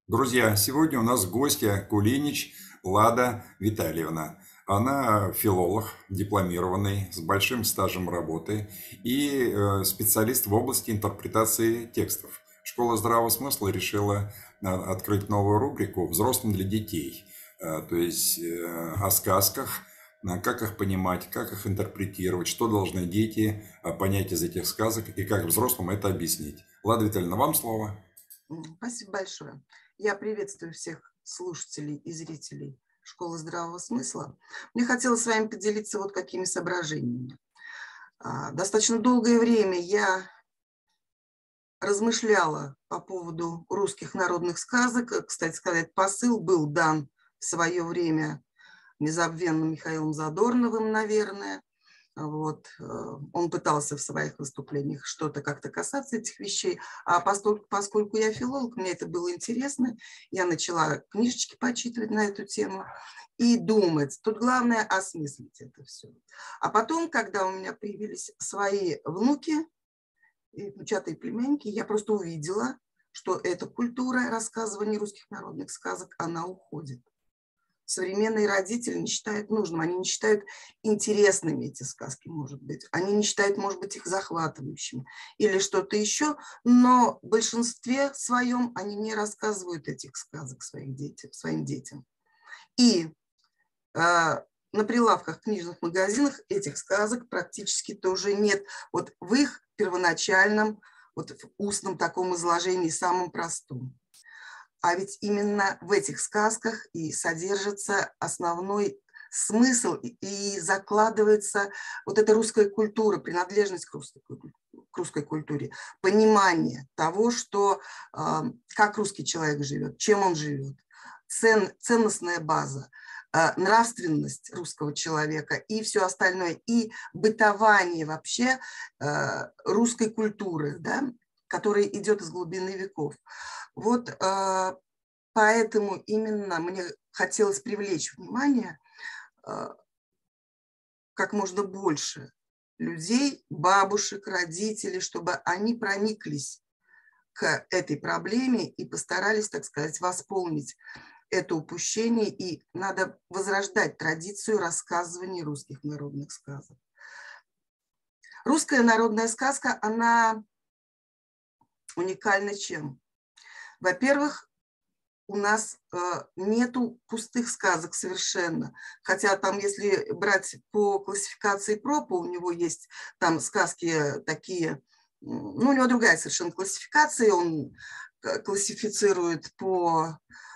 Друзья, сегодня у нас гостья Кулинич Лада Витальевна. Она филолог, дипломированный, с большим стажем работы и специалист в области интерпретации текстов. Школа здравого смысла решила открыть новую рубрику «Взрослым для детей». То есть о сказках, как их понимать, как их интерпретировать, что должны дети понять из этих сказок и как взрослым это объяснить. Лада Витальевна, вам слово. Спасибо большое. Я приветствую всех слушателей и зрителей Школы здравого смысла. Мне хотелось с вами поделиться вот какими соображениями. Достаточно долгое время я размышляла по поводу русских народных сказок. Кстати сказать, посыл был дан в свое время незабвенным Михаилом Задорновым, наверное. Он пытался в своих выступлениях что-то как-то касаться этих вещей, а поскольку я филолог, мне это было интересно, я начала книжечки почитывать на эту тему и думать. Тут главное осмыслить это все. А потом, когда у меня появились свои внуки, и внучатые племянники, я просто увидела, что эта культура рассказывания русских народных сказок, она уходит. Современные родители не считают нужным, они не считают интересными эти сказки, может быть. Они не считают, может быть, их захватывающими или что-то еще, но в большинстве своем они не рассказывают этих сказок своим детям. И на прилавках книжных магазинах этих сказок практически тоже нет. Вот в их первоначальном, вот в устном таком изложении, самом простом. А ведь именно в этих сказках и содержится основной смысл и закладывается вот эта русская культура, принадлежность к русской культуре, понимание того, что, как русский человек живет, чем он живет, ценностная база, нравственность русского человека и все остальное, и бытование вообще русской культуры, да, которая идет из глубины веков. Вот поэтому именно мне хотелось привлечь внимание как можно больше людей, бабушек, родителей, чтобы они прониклись к этой проблеме и постарались, так сказать, восполнить это упущение. И надо возрождать традицию рассказывания русских народных сказок. Русская народная сказка, она уникальна чем? Во-первых, у нас нету пустых сказок совершенно. Хотя там, если брать по классификации Пропа, у него есть там сказки такие, ну, у него другая совершенно классификация, он классифицирует по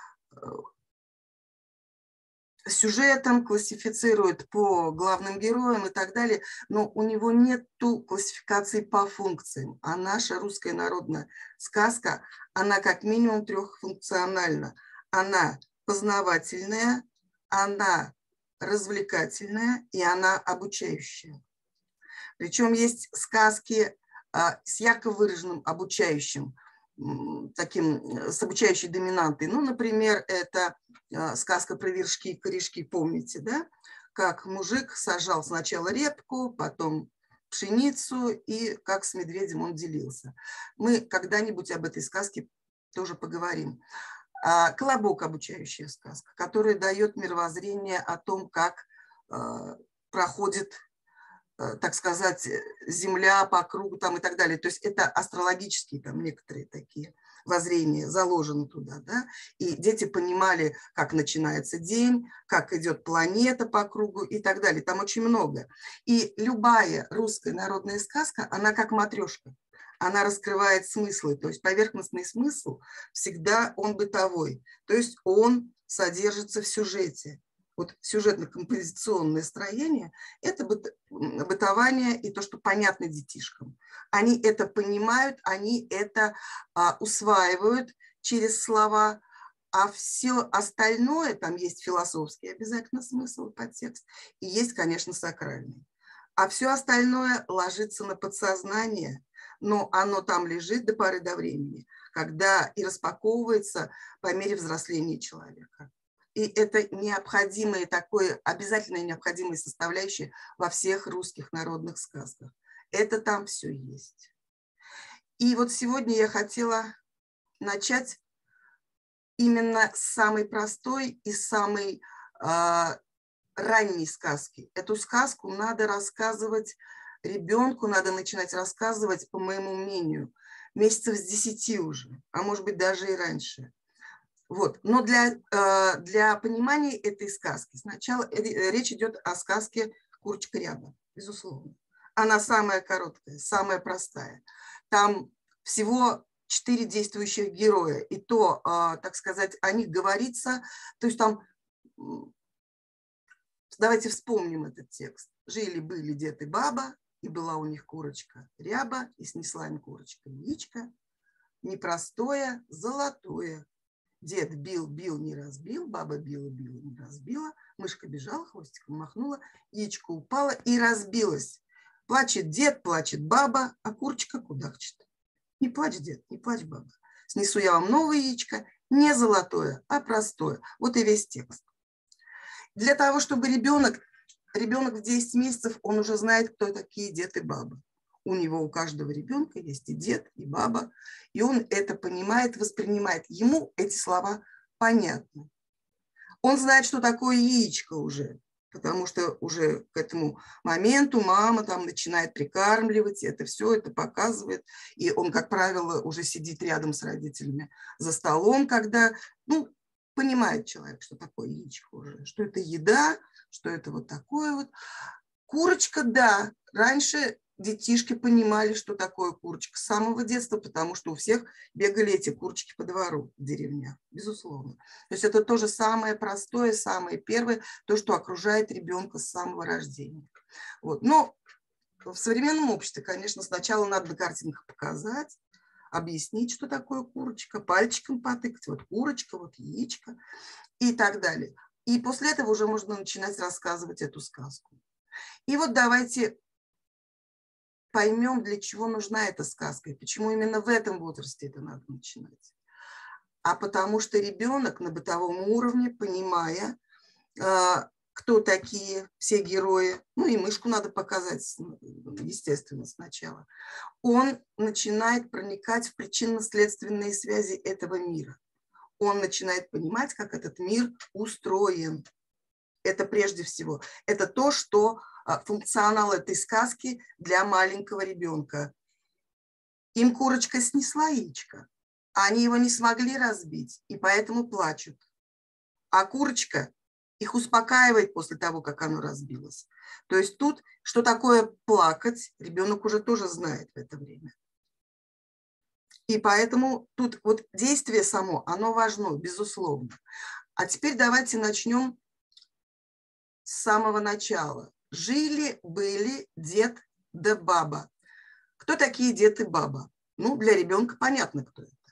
сюжетам, классифицирует по главным героям и так далее, но у него нету классификации по функциям. А наша русская народная сказка, она как минимум трехфункциональна. Она познавательная, она развлекательная и она обучающая. Причем есть сказки с ярко выраженным обучающим, с обучающей доминантой. Ну, например, это сказка про вершки и корешки, помните, да? Как мужик сажал сначала репку, потом пшеницу, и как с медведем он делился. Мы когда-нибудь об этой сказке тоже поговорим. «Колобок» – обучающая сказка, которая дает мировоззрение о том, как проходит, так сказать, Земля по кругу там и так далее. То есть это астрологические там некоторые такие воззрения заложены туда, да, и дети понимали, как начинается день, как идет планета по кругу и так далее. Там очень много. И любая русская народная сказка, она как матрешка. Она раскрывает смыслы, то есть поверхностный смысл всегда он бытовой, то есть он содержится в сюжете. Вот сюжетно-композиционное строение – это бытование и то, что понятно детишкам. Они это понимают, они это усваивают через слова, а все остальное, там есть философский обязательно смысл, подтекст, и есть, конечно, сакральный. А все остальное ложится на подсознание, но оно там лежит до поры до времени, когда и распаковывается по мере взросления человека. И это необходимое такое, обязательная необходимая составляющая во всех русских народных сказках. Это там все есть. И вот сегодня я хотела начать именно самой простой и самой ранней сказки. Эту сказку надо рассказывать ребенку, надо начинать рассказывать, по моему мнению, месяцев с 10 уже, а может быть даже и раньше. Вот. Но для понимания этой сказки сначала речь идет о сказке «Курочка Ряба», безусловно. Она самая короткая, самая простая. Там всего 4 действующих героя, и то, так сказать, о них говорится, то есть там, давайте вспомним этот текст. Жили-были дед и баба, и была у них курочка Ряба, и снесла им курочка яичко, непростое, золотое. Дед бил, бил, не разбил, баба била, била, не разбила, мышка бежала, хвостиком махнула, яичко упало и разбилось. Плачет дед, плачет баба, а курочка кудахчет. Не плачь, дед, не плачь, баба. Снесу я вам новое яичко, не золотое, а простое. Вот и весь текст. Для того, чтобы ребенок в 10 месяцев, он уже знает, кто такие дед и баба. У него, у каждого ребенка есть и дед, и баба, и он это понимает, воспринимает. Ему эти слова понятны. Он знает, что такое яичко уже, потому что уже к этому моменту мама там начинает прикармливать, это все, это показывает. И он, как правило, уже сидит рядом с родителями за столом, когда, понимает человек, что такое яичко уже, что это еда, что это вот такое вот. Курочка, да, раньше детишки понимали, что такое курочка с самого детства, потому что у всех бегали эти курочки по двору в деревнях, безусловно. То есть это тоже самое простое, самое первое, то, что окружает ребенка с самого рождения. Вот. Но в современном обществе, конечно, сначала надо на картинках показать, объяснить, что такое курочка, пальчиком потыкать, вот курочка, вот яичко и так далее. И после этого уже можно начинать рассказывать эту сказку. И вот давайте поймем, для чего нужна эта сказка, и почему именно в этом возрасте это надо начинать. А потому что ребенок на бытовом уровне, понимая, кто такие все герои, и мышку надо показать, естественно, сначала, он начинает проникать в причинно-следственные связи этого мира. Он начинает понимать, как этот мир устроен. Это прежде всего. Это то, что функционал этой сказки для маленького ребенка. Им курочка снесла яичко, а они его не смогли разбить, и поэтому плачут. А курочка их успокаивает после того, как оно разбилось. То есть тут, что такое плакать, ребенок уже тоже знает в это время. И поэтому тут вот действие само, оно важно, безусловно. А теперь давайте начнем с самого начала. Жили-были дед да баба. Кто такие дед и баба? Для ребенка понятно, кто это.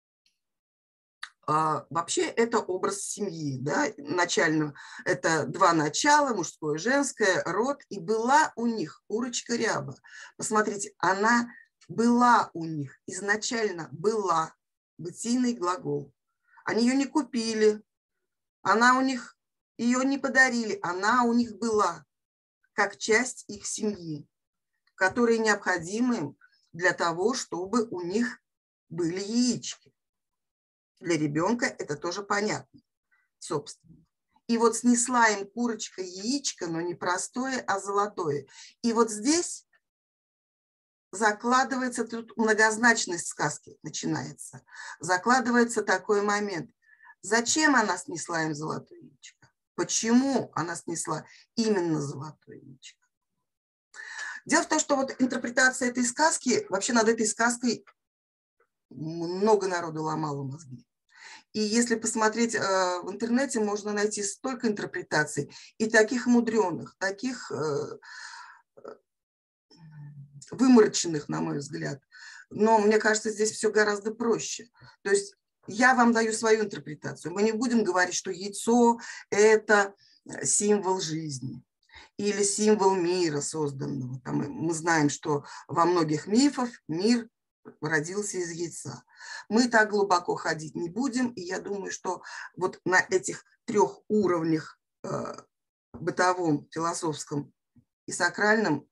Вообще это образ семьи, да, начально. Это 2 начала, мужское и женское, род. И была у них курочка Ряба. Посмотрите, она была у них, изначально была, бытийный глагол. Они ее не купили, ее не подарили, она у них была, как часть их семьи, которые необходимы им для того, чтобы у них были яички. Для ребенка это тоже понятно, собственно. И вот снесла им курочка яичко, но не простое, а золотое. И вот здесь закладывается, тут многозначность сказки начинается, закладывается такой момент. Зачем она снесла им золотое яичко? Почему она снесла именно золотое яичко? Дело в том, что вот интерпретация этой сказки, вообще над этой сказкой много народу ломало мозги. И если посмотреть в интернете, можно найти столько интерпретаций, и таких мудреных, таких вымороченных, на мой взгляд. Но мне кажется, здесь все гораздо проще. То есть я вам даю свою интерпретацию. Мы не будем говорить, что яйцо – это символ жизни или символ мира созданного. Там мы знаем, что во многих мифах мир родился из яйца. Мы так глубоко ходить не будем, и я думаю, что вот на этих 3 уровнях бытовом, философском и сакральном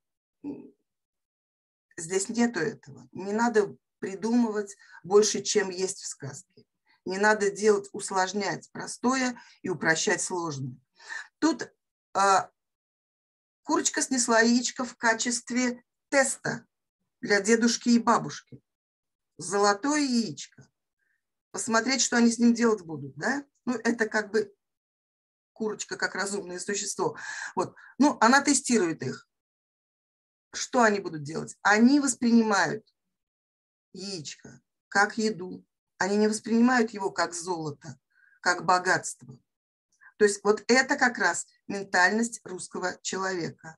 здесь нету этого. Не надо придумывать больше, чем есть в сказке. Не надо делать, усложнять простое и упрощать сложное. Тут курочка снесла яичко в качестве теста для дедушки и бабушки. Золотое яичко. Посмотреть, что они с ним делать будут, да? Ну, это как бы курочка как разумное существо. Вот. Ну, она тестирует их. Что они будут делать? Они воспринимают яичко как еду. Они не воспринимают его как золото, как богатство. То есть вот это как раз ментальность русского человека.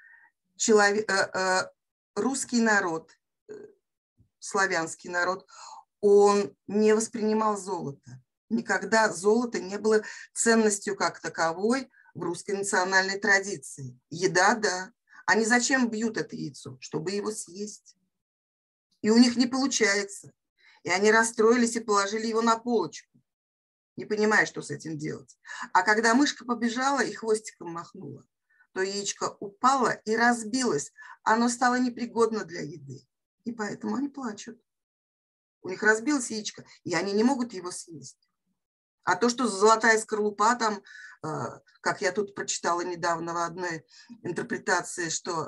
Русский народ, славянский народ, он не воспринимал золото. Никогда золото не было ценностью как таковой в русской национальной традиции. Еда, да. Они зачем бьют это яйцо? Чтобы его съесть. И у них не получается. И они расстроились и положили его на полочку, не понимая, что с этим делать. А когда мышка побежала и хвостиком махнула, то яичко упало и разбилось. Оно стало непригодно для еды. И поэтому они плачут. У них разбилось яичко, и они не могут его съесть. А то, что золотая скорлупа там, как я тут прочитала недавно в одной интерпретации, что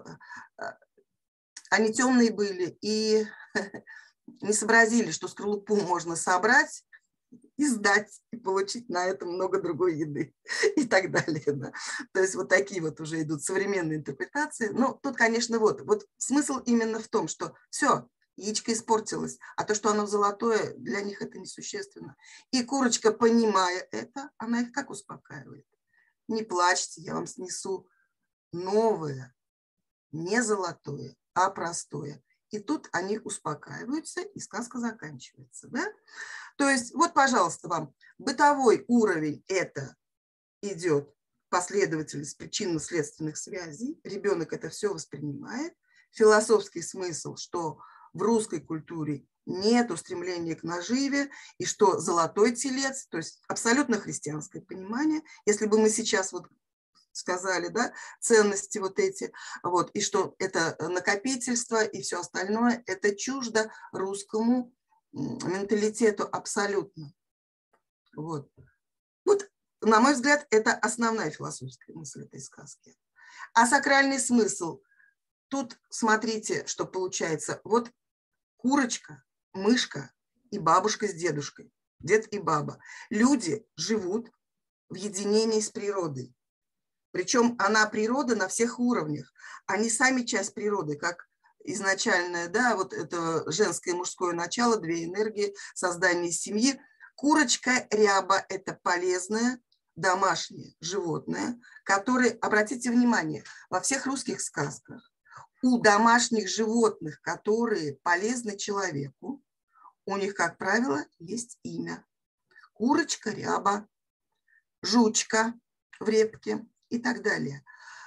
они темные были и не сообразили, что скорлупу можно собрать и сдать, и получить на этом много другой еды и так далее. Да. То есть вот такие вот уже идут современные интерпретации. Но тут, конечно, вот смысл именно в том, что все, яичко испортилось, а то, что оно золотое, для них это несущественно. И курочка, понимая это, она их как успокаивает? Не плачьте, я вам снесу новое, не золотое, а простое. И тут они успокаиваются, и сказка заканчивается. Да? То есть вот, пожалуйста, вам бытовой уровень – это идет последовательность причинно-следственных связей. Ребенок это все воспринимает. Философский смысл, что в русской культуре нет устремления к наживе, и что золотой телец, то есть абсолютно христианское понимание. Если бы мы сейчас вот сказали, да, ценности вот эти, вот, и что это накопительство и все остальное, это чуждо русскому менталитету абсолютно. Вот. Вот, на мой взгляд, это основная философская мысль этой сказки. А сакральный смысл, тут смотрите, что получается. Вот курочка, мышка и бабушка с дедушкой, дед и баба. Люди живут в единении с природой. Причем она природа на всех уровнях. Они сами часть природы, как изначальное, да, вот это женское и мужское начало, две энергии, создание семьи. Курочка ряба – это полезное домашнее животное, которое, обратите внимание, во всех русских сказках у домашних животных, которые полезны человеку, у них, как правило, есть имя. Курочка ряба, жучка в репке и так далее.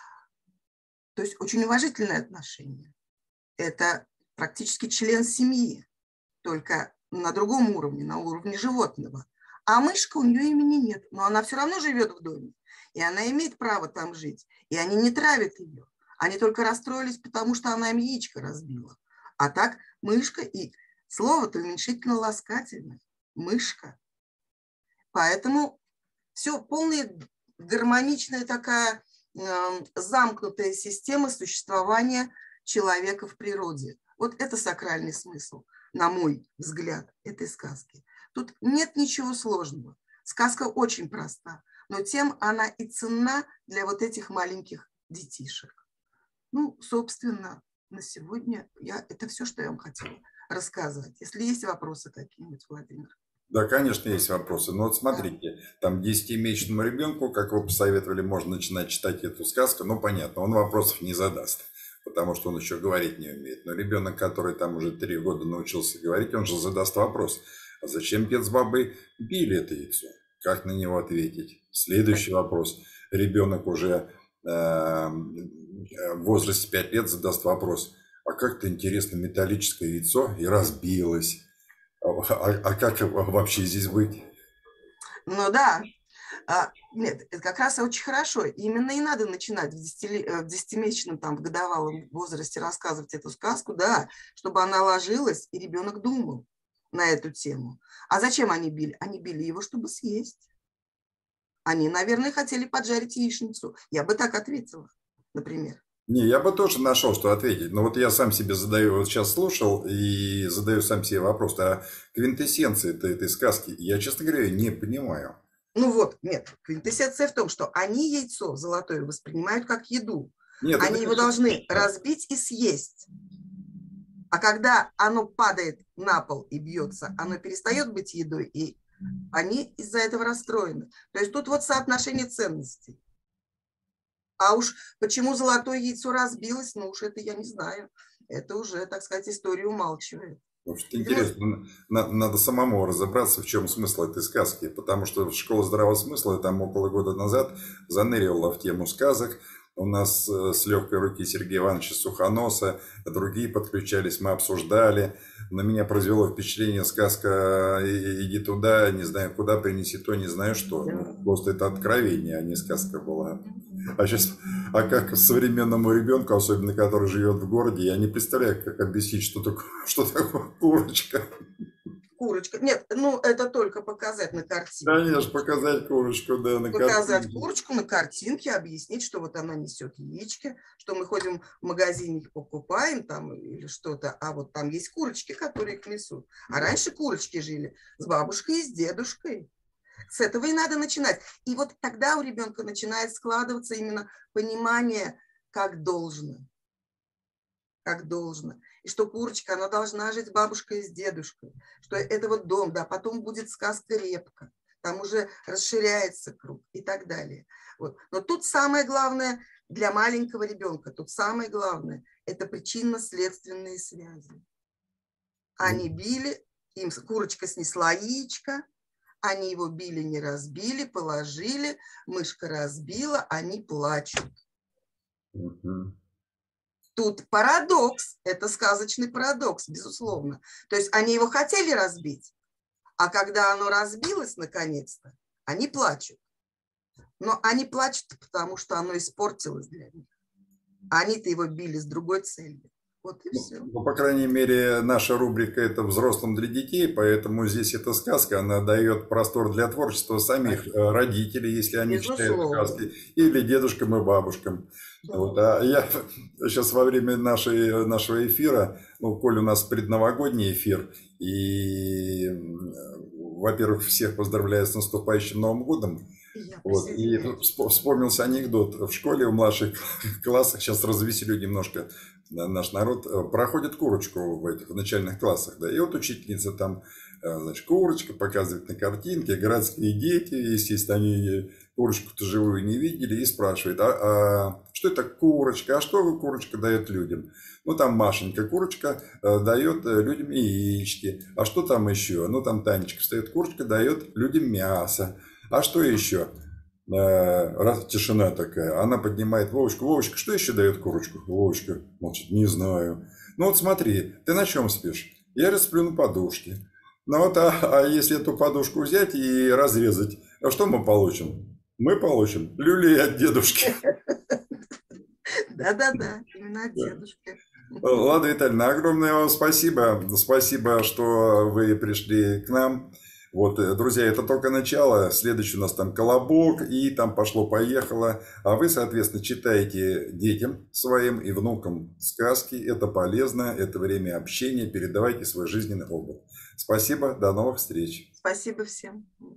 То есть очень уважительное отношение. Это практически член семьи, только на другом уровне, на уровне животного. А мышка, у нее имени нет, но она все равно живет в доме, и она имеет право там жить, и они не травят ее. Они только расстроились, потому что она им яичко разбила. А так мышка, и слово-то уменьшительно-ласкательное. Мышка. Поэтому все полная гармоничная такая замкнутая система существования человека в природе. Вот это сакральный смысл, на мой взгляд, этой сказки. Тут нет ничего сложного. Сказка очень проста, но тем она и ценна для вот этих маленьких детишек. Ну, собственно, на сегодня это все, что я вам хотела рассказывать. Если есть вопросы какие-нибудь, Владимир. Да, конечно, есть вопросы. Но вот смотрите, там 10-месячному ребенку, как вы посоветовали, можно начинать читать эту сказку. Ну, понятно, он вопросов не задаст, потому что он еще говорить не умеет. Но ребенок, который там уже 3 года научился говорить, он же задаст вопрос. А зачем дед с бабой били это яйцо? Как на него ответить? Следующий вопрос. Ребенок уже в возрасте 5 лет задаст вопрос. А как-то интересно, металлическое яйцо и разбилось. А как вообще здесь быть? Ну да. Нет, это как раз очень хорошо. Именно и надо начинать в 10-месячном, там, в годовалом возрасте рассказывать эту сказку, да, чтобы она ложилась, и ребенок думал. на эту тему. А зачем они били? Они били его, чтобы съесть. Они, наверное, хотели поджарить яичницу. Я бы так ответила, например. Не, я бы тоже нашел, что ответить. Но вот я сам себе задаю, вот сейчас слушал и задаю сам себе вопрос, а квинтэссенции этой сказки, я, честно говоря, не понимаю. Ну вот, нет, квинтэссенция в том, что они яйцо золотое воспринимают как еду. Нет, Они его должны разбить и съесть. А когда оно падает на пол и бьется, оно перестает быть едой, и они из-за этого расстроены. То есть тут вот соотношение ценностей. А уж почему золотое яйцо разбилось, ну уж это я не знаю. Это уже, так сказать, история умалчивает. Что интересно, надо самому разобраться, в чем смысл этой сказки, потому что школа здравого смысла, там около года назад заныривала в тему сказок. У нас с легкой руки Сергея Ивановича Сухоноса, другие подключались, мы обсуждали. На меня произвело впечатление сказка «Иди туда, не знаю куда, принеси то, не знаю что». Ну, просто это откровение, а не сказка была. А сейчас, а как современному ребенку, особенно который живет в городе, я не представляю, как объяснить, что такое курочка. Курочка. Нет, ну это только показать на картинке. Конечно, показать курочку, да, на картинке. Показать курочку на картинке, объяснить, что вот она несет яички, что мы ходим в магазин, их покупаем там или что-то, а вот там есть курочки, которые их несут. А раньше курочки жили с бабушкой и с дедушкой. С этого и надо начинать. И вот тогда у ребенка начинает складываться именно понимание, как должно. Как должно. И что курочка, она должна жить с бабушкой и с дедушкой. Что это вот дом, да, потом будет сказка «Репка». Там уже расширяется круг и так далее. Вот. Но тут самое главное для маленького ребенка, тут самое главное – это причинно-следственные связи. Они били, им курочка снесла яичко, они его били, не разбили, положили, мышка разбила, они плачут. Тут парадокс, это сказочный парадокс, безусловно. То есть они его хотели разбить, а когда оно разбилось наконец-то, они плачут. Но они плачут, потому что оно испортилось для них. Они-то его били с другой целью. Вот и все. Ну, по крайней мере, наша рубрика – это «Взрослым для детей», поэтому здесь эта сказка, она дает простор для творчества самих родителей, если они читают сказки, или дедушкам и бабушкам. Да. Вот, а я сейчас во время нашего эфира, ну, коль у нас предновогодний эфир, и, во-первых, всех поздравляю с наступающим Новым годом. Вот, и вспомнился анекдот. В школе у младших классах, сейчас развеселю немножко наш народ, проходит курочку в начальных классах. Да, и вот учительница там, значит, курочка показывает на картинке, городские дети, естественно, они курочку-то живую не видели, и спрашивает, а что это курочка, а что курочка дает людям? Ну, там Машенька, курочка дает людям яички, а что там еще? Ну, там Танечка встает, курочка дает людям мясо. А что еще? Раз тишина такая, она поднимает Вовочку. Вовочка, что еще дает курочку? Вовочка молчит, не знаю. Ну вот смотри, ты на чем спишь? Я сплю на подушке. Ну вот, а если эту подушку взять и разрезать, а что мы получим? Мы получим люлей от дедушки. Да-да-да, именно от дедушки. Лада Витальевна, огромное вам спасибо. Спасибо, что вы пришли к нам. Вот, друзья, это только начало. Следующий у нас там «Колобок», и там пошло-поехало. А вы, соответственно, читаете детям своим и внукам сказки. Это полезно, это время общения. Передавайте свой жизненный опыт. Спасибо, до новых встреч. Спасибо всем.